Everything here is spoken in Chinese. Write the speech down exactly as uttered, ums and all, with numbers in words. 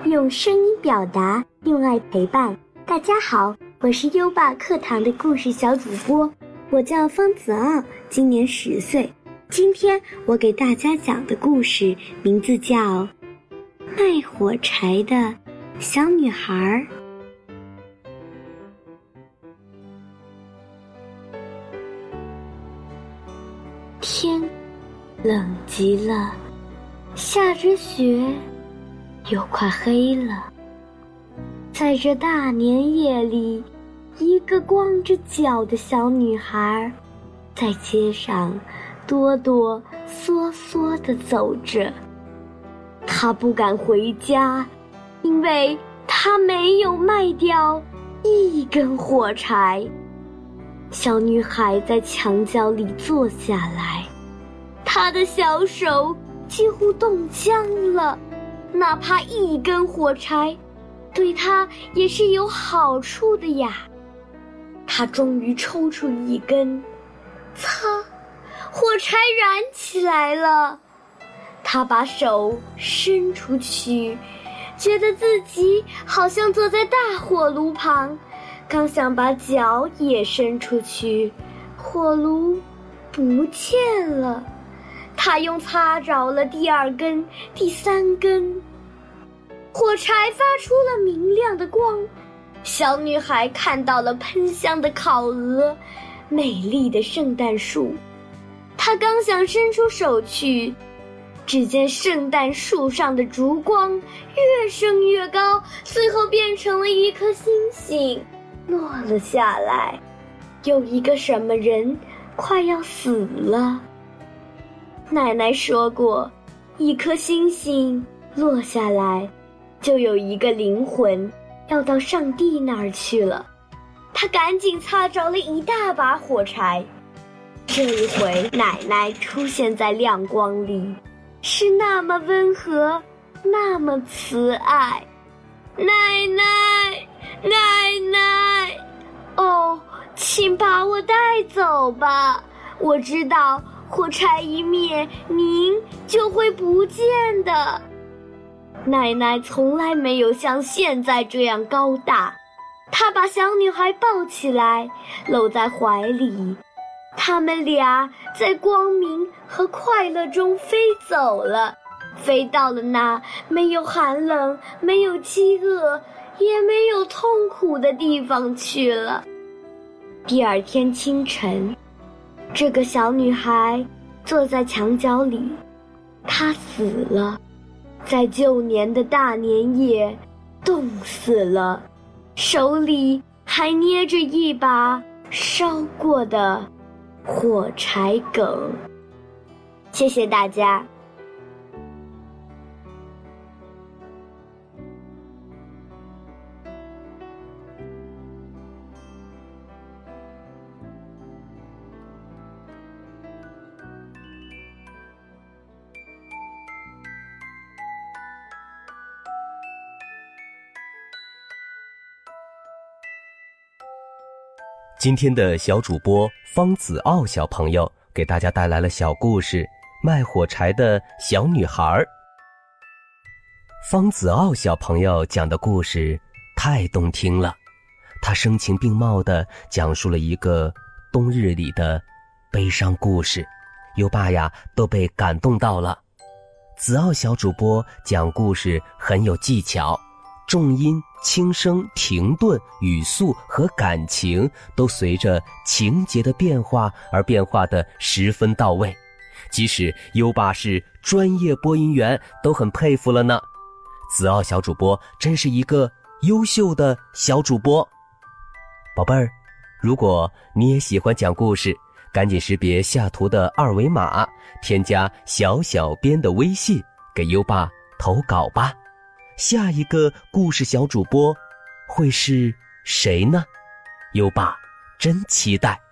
用声音表达，用爱陪伴。大家好，我是优爸课堂的故事小主播，我叫方子傲，今年十岁。今天我给大家讲的故事名字叫《卖火柴的小女孩》。天冷极了，下着雪，又快黑了。在这大年夜里，一个光着脚的小女孩在街上哆哆嗦嗦地走着。她不敢回家，因为她没有卖掉一根火柴。小女孩在墙角里坐下来，她的小手几乎冻僵了，哪怕一根火柴对她也是有好处的呀。她终于抽出一根，擦，火柴燃起来了。她把手伸出去，觉得自己好像坐在大火炉旁，刚想把脚也伸出去，火炉不见了。她用擦着了第二根、第三根，火柴发出了明亮的光。小女孩看到了喷香的烤鹅，美丽的圣诞树。她刚想伸出手去，只见圣诞树上的烛光越升越高，最后变成了一颗星星落了下来。有一个什么人快要死了。奶奶说过，一颗星星落下来，就有一个灵魂要到上帝那儿去了。她赶紧擦着了一大把火柴。这一回奶奶出现在亮光里，是那么温和，那么慈爱。奶奶，奶奶，哦，请把我带走吧，我知道火柴一灭，您就会不见的。奶奶从来没有像现在这样高大，她把小女孩抱起来，搂在怀里。他们俩在光明和快乐中飞走了，飞到了那没有寒冷、没有饥饿、也没有痛苦的地方去了。第二天清晨，这个小女孩坐在墙角里，她死了，在旧年的大年夜冻死了，手里还捏着一把烧过的火柴梗。谢谢大家。 今天的小主播方子傲小朋友给大家带来了小故事《卖火柴的小女孩》。方子傲小朋友讲的故事太动听了，他声情并茂地讲述了一个冬日里的悲伤故事，优爸呀都被感动到了。子傲小主播讲故事很有技巧，重音、轻声、停顿、语速和感情都随着情节的变化而变化得十分到位，即使优爸是专业播音员都很佩服了呢。子傲小主播真是一个优秀的小主播。宝贝儿，如果你也喜欢讲故事，赶紧识别下图的二维码，添加小小编的微信，给优爸投稿吧。下一个故事小主播会是谁呢？优爸真期待。